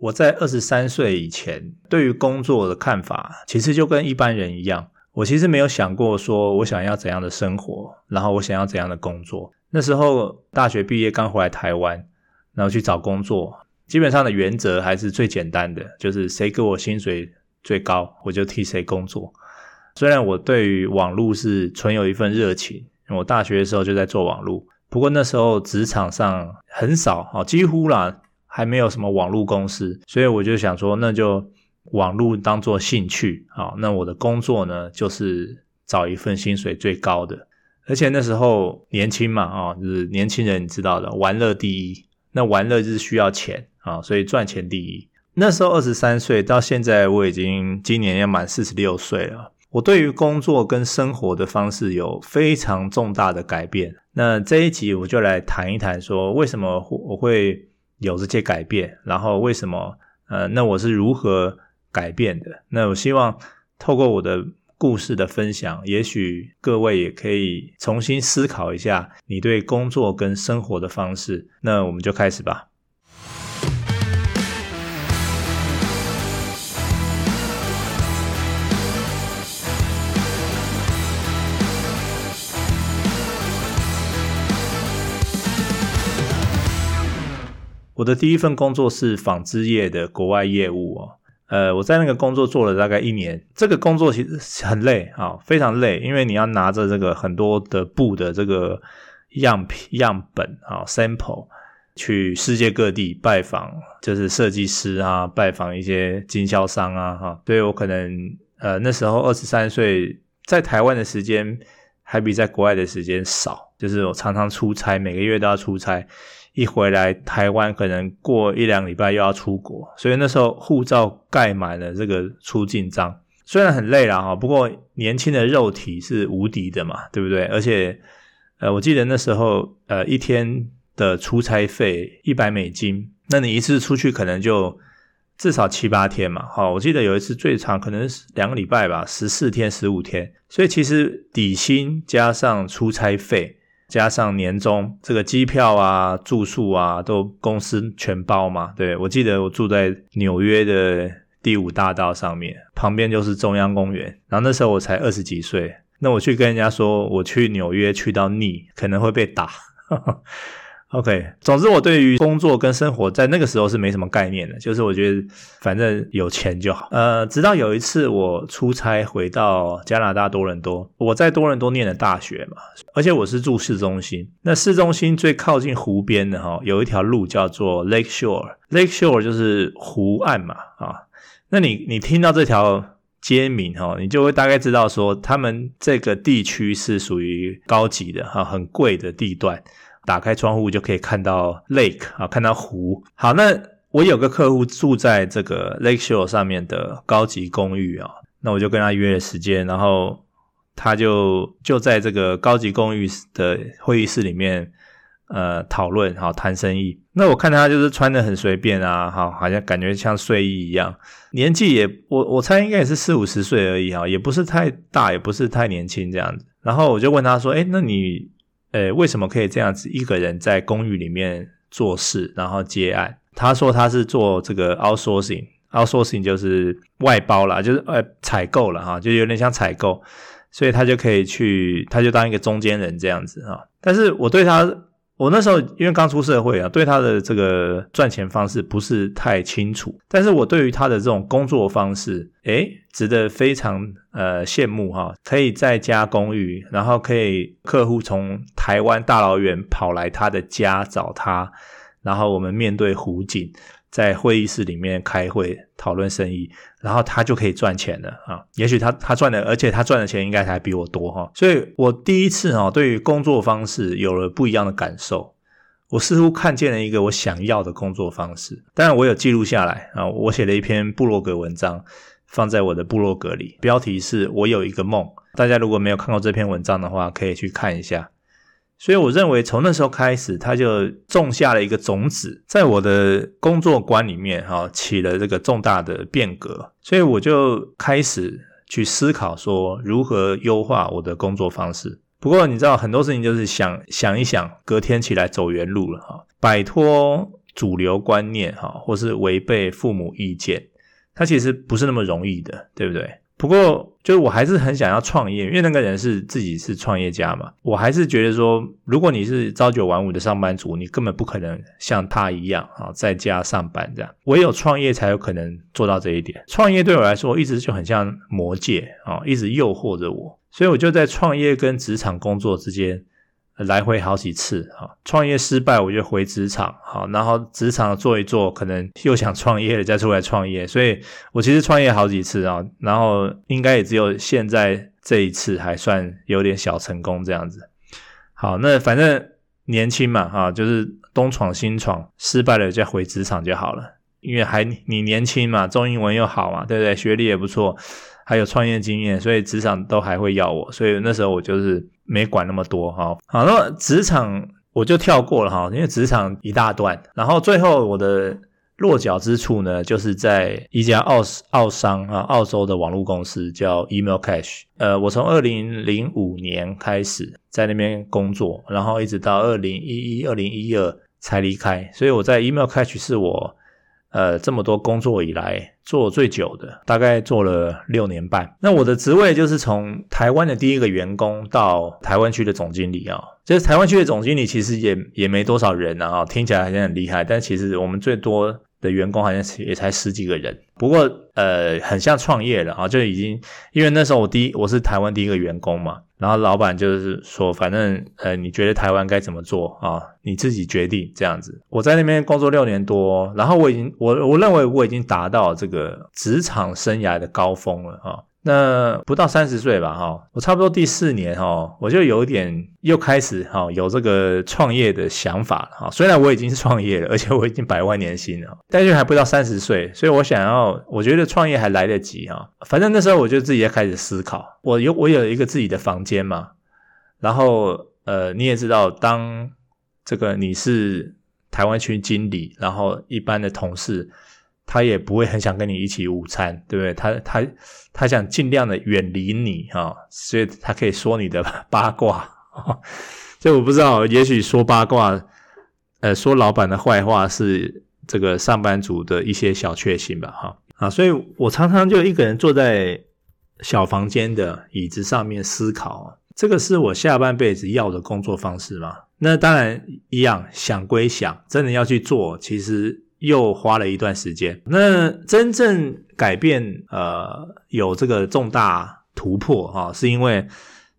我在23岁以前对于工作的看法其实就跟一般人一样，我其实没有想过说我想要怎样的生活，然后我想要怎样的工作。那时候大学毕业刚回来台湾，然后去找工作，基本上的原则还是最简单的，就是谁给我薪水最高我就替谁工作。虽然我对于网络是存有一份热情，我大学的时候就在做网络，不过那时候职场上很少，几乎啦还没有什么网络公司，所以我就想说那就网络当作兴趣，那我的工作呢就是找一份薪水最高的。而且那时候年轻嘛，就是年轻人你知道的，玩乐第一，那玩乐就是需要钱，所以赚钱第一。那时候23岁，到现在我已经今年要满46岁了，我对于工作跟生活的方式有非常重大的改变。那这一集我就来谈一谈说为什么我会有这些改变，然后为什么那我是如何改变的。那我希望透过我的故事的分享，也许各位也可以重新思考一下你对工作跟生活的方式。那我们就开始吧。我的第一份工作是纺织业的国外业务我在那个工作做了大概1年，这个工作其实很累非常累，因为你要拿着这个很多的布的这个样本sample 去世界各地拜访，就是设计师拜访一些经销商所以我可能那时候23岁，在台湾的时间还比在国外的时间少，就是我常常出差，每个月都要出差，一回来台湾可能过1-2礼拜又要出国，所以那时候护照盖满了这个出境章。虽然很累啦不过年轻的肉体是无敌的嘛，对不对？而且我记得那时候一天的出差费$100，那你一次出去可能就至少7-8天嘛我记得有一次最长可能是2个礼拜吧，14天15天，所以其实底薪加上出差费加上年终，这个机票住宿都公司全包嘛。对，我记得我住在纽约的第5大道上面，旁边就是中央公园，然后那时候我才20几岁，那我去跟人家说我去纽约去到腻，可能会被打OK， 总之我对于工作跟生活在那个时候是没什么概念的，就是我觉得反正有钱就好。直到有一次我出差回到加拿大多伦多，我在多伦多念的大学嘛，而且我是住市中心，那市中心最靠近湖边的有一条路叫做 Lake Shore，Lake Shore 就是湖岸嘛那你听到这条街名你就会大概知道说他们这个地区是属于高级的很贵的地段，打开窗户就可以看到 lake 看到湖。好，那我有个客户住在这个 Lake Shore 上面的高级公寓那我就跟他约了时间，然后他就在这个高级公寓的会议室里面讨论谈生意。那我看他就是穿得很随便好像感觉像睡衣一样，年纪也我猜应该也是40-50岁而已也不是太大也不是太年轻这样子。然后我就问他说那你为什么可以这样子一个人在公寓里面做事然后接案？他说他是做这个 outsourcing 就是外包啦，就是采购啦就有点像采购，所以他就可以他就当一个中间人这样子但是我那时候因为刚出社会对他的这个赚钱方式不是太清楚，但是我对于他的这种工作方式值得非常羡慕可以在家公寓，然后可以客户从台湾大老远跑来他的家找他，然后我们面对湖景在会议室里面开会讨论生意，然后他就可以赚钱了也许他赚的，而且他赚的钱应该还比我多所以我第一次对于工作方式有了不一样的感受，我似乎看见了一个我想要的工作方式。当然我有记录下来我写了一篇部落格文章放在我的部落格里，标题是我有一个梦，大家如果没有看过这篇文章的话可以去看一下。所以我认为从那时候开始，他就种下了一个种子，在我的工作观里面起了这个重大的变革。所以我就开始去思考说如何优化我的工作方式。不过你知道很多事情就是想一想，隔天起来走原路了摆脱主流观念或是违背父母意见，它其实不是那么容易的，对不对？不过就是我还是很想要创业，因为那个人自己是创业家嘛，我还是觉得说，如果你是朝九晚五的上班族，你根本不可能像他一样在家上班这样，唯有创业才有可能做到这一点。创业对我来说一直就很像魔戒一直诱惑着我，所以我就在创业跟职场工作之间来回好几次创业失败我就回职场然后职场做一做可能又想创业了再出来创业，所以我其实创业好几次然后应该也只有现在这一次还算有点小成功这样子。好，那反正年轻嘛就是东闯西闯，失败了再回职场就好了，因为你年轻嘛，中英文又好嘛，对不对？学历也不错，还有创业经验，所以职场都还会要我，所以那时候我就是没管那么多好，那么职场我就跳过了因为职场一大段，然后最后我的落脚之处呢，就是在一家澳商澳洲的网络公司叫 Email Cash。我从2005年开始在那边工作，然后一直到2011、2012才离开，所以我在 Email Cash 是我这么多工作以来做最久的，大概做了6年半。那我的职位就是从台湾的第一个员工到台湾区的总经理就是台湾区的总经理其实也没多少人听起来好像很厉害，但其实我们最多的员工好像也才10几个人。不过很像创业了就已经，因为那时候我是台湾第一个员工嘛，然后老板就是说反正你觉得台湾该怎么做你自己决定这样子。我在那边工作6年多，然后我认为我已经达到这个职场生涯的高峰了那不到30岁吧我差不多第4年我就有点又开始有这个创业的想法了虽然我已经创业了，而且我已经100万年薪了，但是还不到30岁，所以我觉得创业还来得及反正那时候我就自己在开始思考，我有一个自己的房间嘛，然后你也知道，当这个你是台湾区经理，然后一般的同事他也不会很想跟你一起午餐，对不对？他想尽量的远离你所以他可以说你的八卦就我不知道，也许说八卦说老板的坏话是这个上班族的一些小确幸吧所以我常常就一个人坐在小房间的椅子上面思考这个是我下半辈子要的工作方式吗？那当然一样，想归想，真的要去做其实又花了一段时间。那真正改变有这个重大突破是因为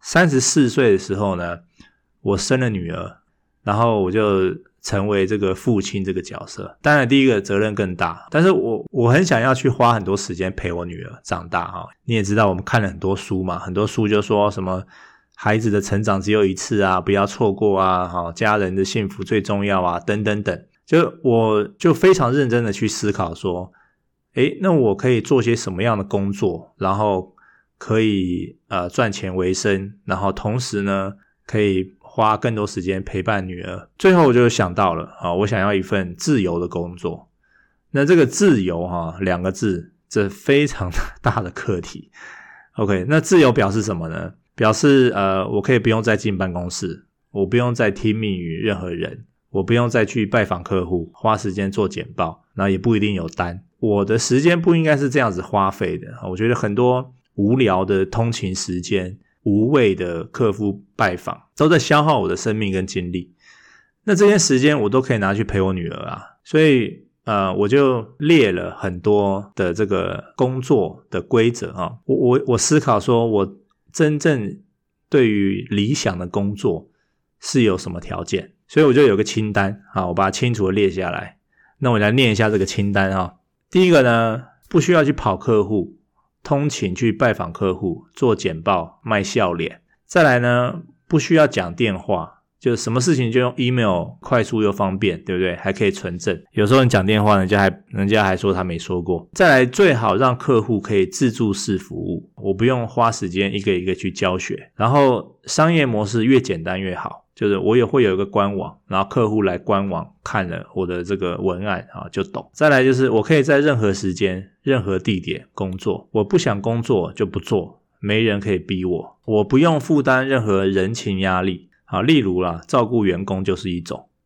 34岁的时候呢，我生了女儿，然后我就成为这个父亲这个角色。当然第一个责任更大，但是我很想要去花很多时间陪我女儿长大你也知道我们看了很多书嘛，很多书就说什么孩子的成长只有一次不要错过家人的幸福最重要等等等。我就非常认真的去思考说那我可以做些什么样的工作，然后可以赚钱为生，然后同时呢可以花更多时间陪伴女儿。最后我就想到了我想要一份自由的工作。那这个自由2个字，这非常大的课题。OK， 那自由表示什么呢？表示我可以不用再进办公室，我不用再听命于任何人，我不用再去拜访客户，花时间做简报，然后也不一定有单。我的时间不应该是这样子花费的。我觉得很多无聊的通勤时间，无谓的客户拜访，都在消耗我的生命跟精力。那这些时间我都可以拿去陪我女儿所以我就列了很多的这个工作的规则我思考说我真正对于理想的工作是有什么条件，所以我就有个清单我把它清楚的列下来。那我来念一下这个清单第一个呢，不需要去跑客户，通勤去拜访客户，做简报，卖笑脸。再来呢，不需要讲电话，就什么事情就用 email， 快速又方便，对不对？还可以存证。有时候你讲电话，人家还说他没说过。再来，最好让客户可以自助式服务，我不用花时间一个一个去教学。然后商业模式越简单越好，就是我也会有一个官网，然后客户来官网看了我的这个文案就懂。再来就是我可以在任何时间、任何地点工作，我不想工作就不做，没人可以逼我，我不用负担任何人情压力。例如照顾员工就是一种。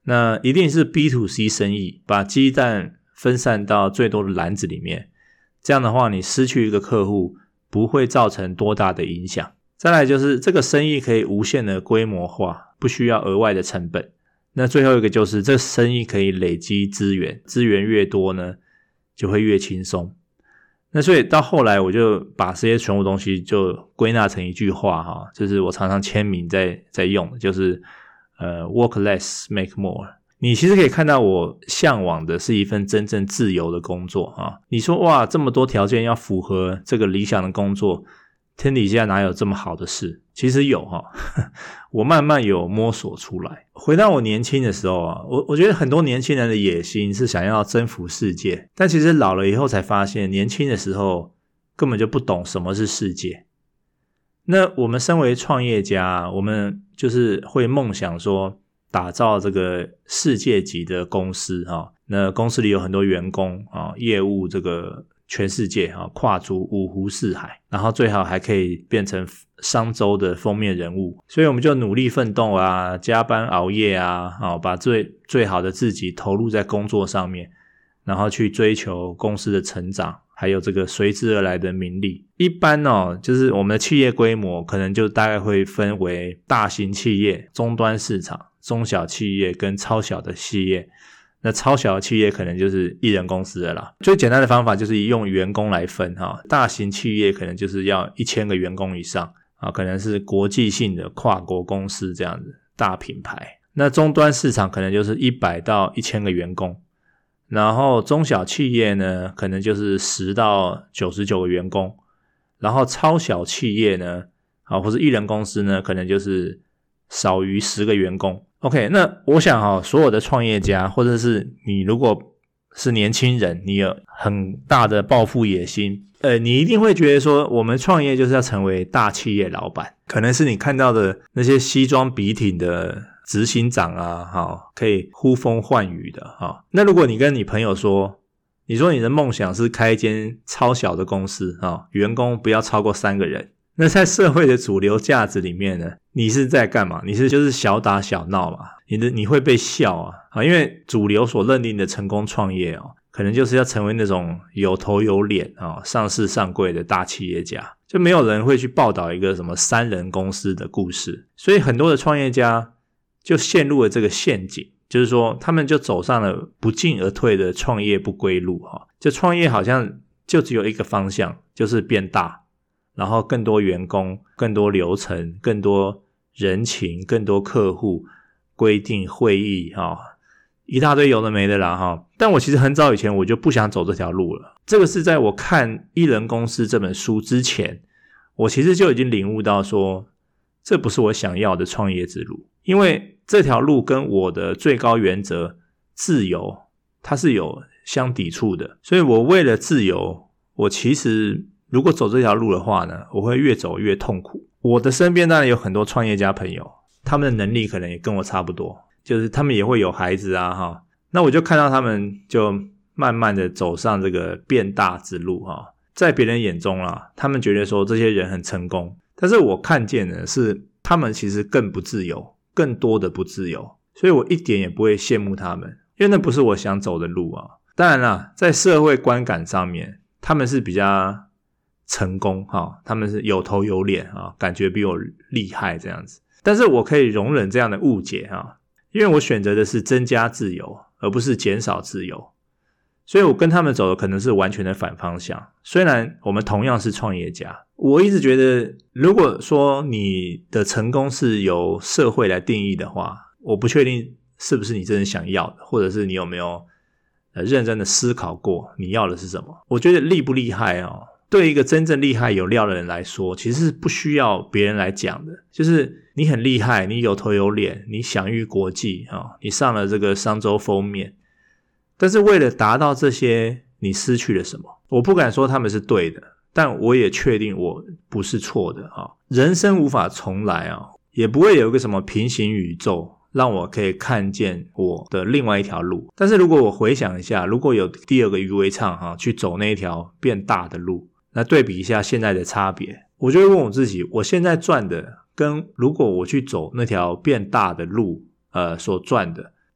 那一定是 B2C 生意，把鸡蛋分散到最多的篮子里面，这样的话你失去一个客户不会造成多大的影响。再来就是这个生意可以无限的规模化，不需要额外的成本。那最后一个就是这生意可以累积资源，资源越多呢就会越轻松。那所以到后来我就把这些全部东西就归纳成一句话就是我常常签名在用的，就是work less make more。你其实可以看到我向往的是一份真正自由的工作你说哇这么多条件要符合这个理想的工作，天底下哪有这么好的事？其实有我慢慢有摸索出来。回到我年轻的时候我觉得很多年轻人的野心是想要征服世界，但其实老了以后才发现，年轻的时候根本就不懂什么是世界。那我们身为创业家，我们就是会梦想说打造这个世界级的公司那公司里有很多员工业务这个全世界跨足五湖四海，然后最好还可以变成商周的封面人物。所以我们就努力奋斗加班熬夜把最好的自己投入在工作上面，然后去追求公司的成长，还有这个随之而来的名利。一般就是我们的企业规模可能就大概会分为大型企业、终端市场、中小企业跟超小的企业。那超小的企业可能就是一人公司的啦。最简单的方法就是用员工来分大型企业可能就是要1000个员工以上可能是国际性的跨国公司这样子大品牌。那终端市场可能就是100到1000个员工，然后中小企业呢可能就是10到99个员工，然后超小企业呢或是一人公司呢可能就是少于10个员工。OK， 那我想所有的创业家，或者是你如果是年轻人，你有很大的抱负野心，你一定会觉得说我们创业就是要成为大企业老板，可能是你看到的那些西装笔挺的执行长可以呼风唤雨的那如果你跟你朋友说，你说你的梦想是开一间超小的公司员工不要超过3个人，那在社会的主流价值里面呢，你是在干嘛？你就是小打小闹嘛，你会被笑因为主流所认定的成功创业可能就是要成为那种有头有脸上市上柜的大企业家，就没有人会去报道一个什么3人公司的故事。所以很多的创业家就陷入了这个陷阱，就是说他们就走上了不进而退的创业不归路就创业好像就只有一个方向，就是变大，然后更多员工，更多流程，更多人情，更多客户，规定会议一大堆有的没的啦但我其实很早以前我就不想走这条路了。这个是在我看《一人公司》这本书之前，我其实就已经领悟到说这不是我想要的创业之路，因为这条路跟我的最高原则自由它是有相抵触的。所以我为了自由，我其实如果走这条路的话呢，我会越走越痛苦。我的身边当然有很多创业家朋友，他们的能力可能也跟我差不多，就是他们也会有孩子那我就看到他们就慢慢的走上这个变大之路在别人眼中他们觉得说这些人很成功，但是我看见的是他们其实更不自由，更多的不自由，所以我一点也不会羡慕他们，因为那不是我想走的路当然啦，在社会观感上面他们是比较成功他们是有头有脸感觉比我厉害这样子，但是我可以容忍这样的误解因为我选择的是增加自由而不是减少自由，所以我跟他们走的可能是完全的反方向。虽然我们同样是创业家，我一直觉得如果说你的成功是由社会来定义的话，我不确定是不是你真的想要的，或者是你有没有认真的思考过你要的是什么。我觉得厉不厉害对一个真正厉害有料的人来说，其实是不需要别人来讲的，就是你很厉害，你有头有脸，你享誉国际你上了这个商周封面，但是为了达到这些，你失去了什么？我不敢说他们是对的，但我也确定我不是错的人生无法重来也不会有一个什么平行宇宙让我可以看见我的另外一条路。但是如果我回想一下，如果有第二个余维畅去走那条变大的路，那对比一下现在的差别，我就会问我自己，我现在赚的跟如果我去走那条变大的路所赚的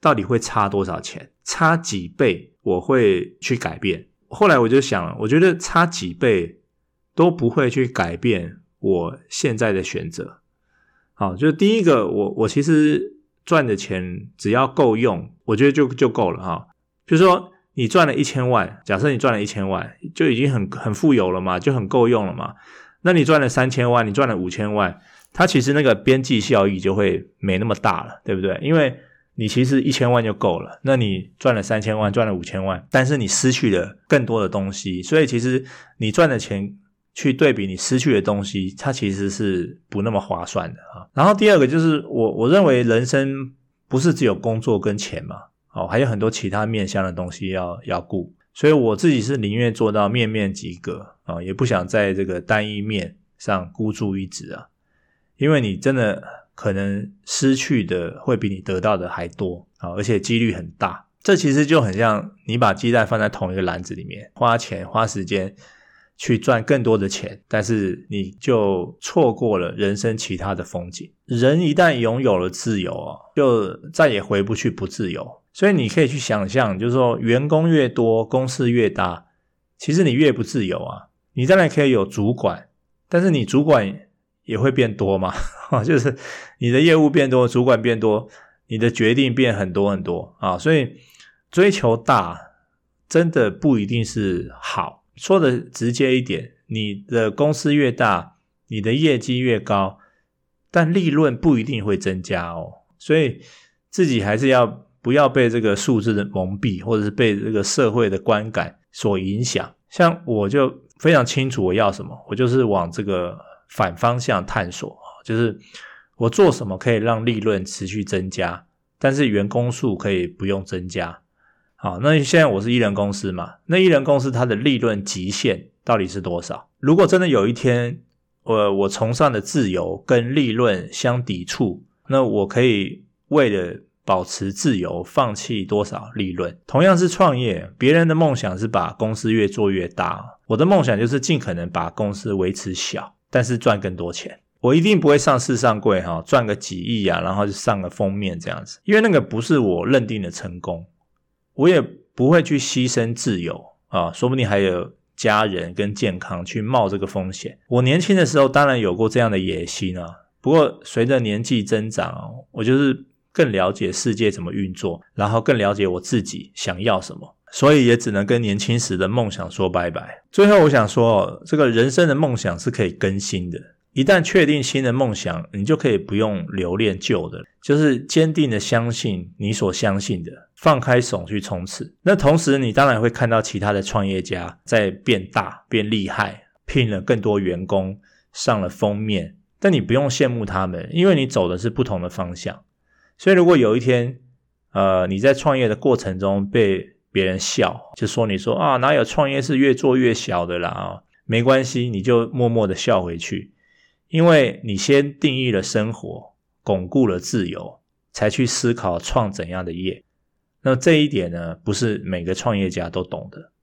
到底会差多少钱，差几倍我会去改变。后来我就想了，我觉得差几倍都不会去改变我现在的选择。好，就是第一个，我其实赚的钱只要够用，我觉得就够了哈。比如说你赚了1000万，假设你赚了1000万，就已经很富有了嘛，就很够用了嘛。那你赚了3000万，你赚了5000万，它其实那个边际效益就会没那么大了，对不对？因为你其实1000万就够了，那你赚了3000万，赚了5000万，但是你失去了更多的东西，所以其实你赚的钱去对比你失去的东西，它其实是不那么划算的啊。然后第二个就是我认为人生不是只有工作跟钱嘛，还有很多其他面向的东西要顾，所以我自己是宁愿做到面面及格啊，也不想在这个单一面上孤注一掷啊，因为你真的可能失去的会比你得到的还多啊，而且几率很大。这其实就很像你把鸡蛋放在同一个篮子里面，花钱花时间去赚更多的钱，但是你就错过了人生其他的风景。人一旦拥有了自由就再也回不去不自由。所以你可以去想象，就是说员工越多，公司越大，其实你越不自由啊。你当然可以有主管，但是你主管也会变多嘛，就是你的业务变多，主管变多，你的决定变很多很多啊。所以追求大真的不一定是好。说的直接一点，你的公司越大，你的业绩越高，但利润不一定会增加哦。所以自己还是不要被这个数字的蒙蔽，或者是被这个社会的观感所影响。像我就非常清楚我要什么，我就是往这个反方向探索，就是我做什么可以让利润持续增加，但是员工数可以不用增加。好，那现在我是一人公司嘛，那一人公司它的利润极限到底是多少？如果真的有一天我崇尚的自由跟利润相抵触，那我可以为了保持自由放弃多少利润？同样是创业，别人的梦想是把公司越做越大，我的梦想就是尽可能把公司维持小，但是赚更多钱。我一定不会上市上柜赚个几亿啊，然后就上个封面这样子，因为那个不是我认定的成功。我也不会去牺牲自由啊，说不定还有家人跟健康去冒这个风险。我年轻的时候当然有过这样的野心啊，不过随着年纪增长我就是更了解世界怎么运作，然后更了解我自己想要什么，所以也只能跟年轻时的梦想说拜拜。最后我想说这个人生的梦想是可以更新的，一旦确定新的梦想，你就可以不用留恋旧的，就是坚定的相信你所相信的，放开手去冲刺。那同时你当然会看到其他的创业家在变大变厉害，聘了更多员工，上了封面，但你不用羡慕他们，因为你走的是不同的方向。所以如果有一天你在创业的过程中被别人笑，就说你说哪有创业是越做越小的啦没关系，你就默默的笑回去，因为你先定义了生活，巩固了自由，才去思考创怎样的业。那这一点呢，不是每个创业家都懂的。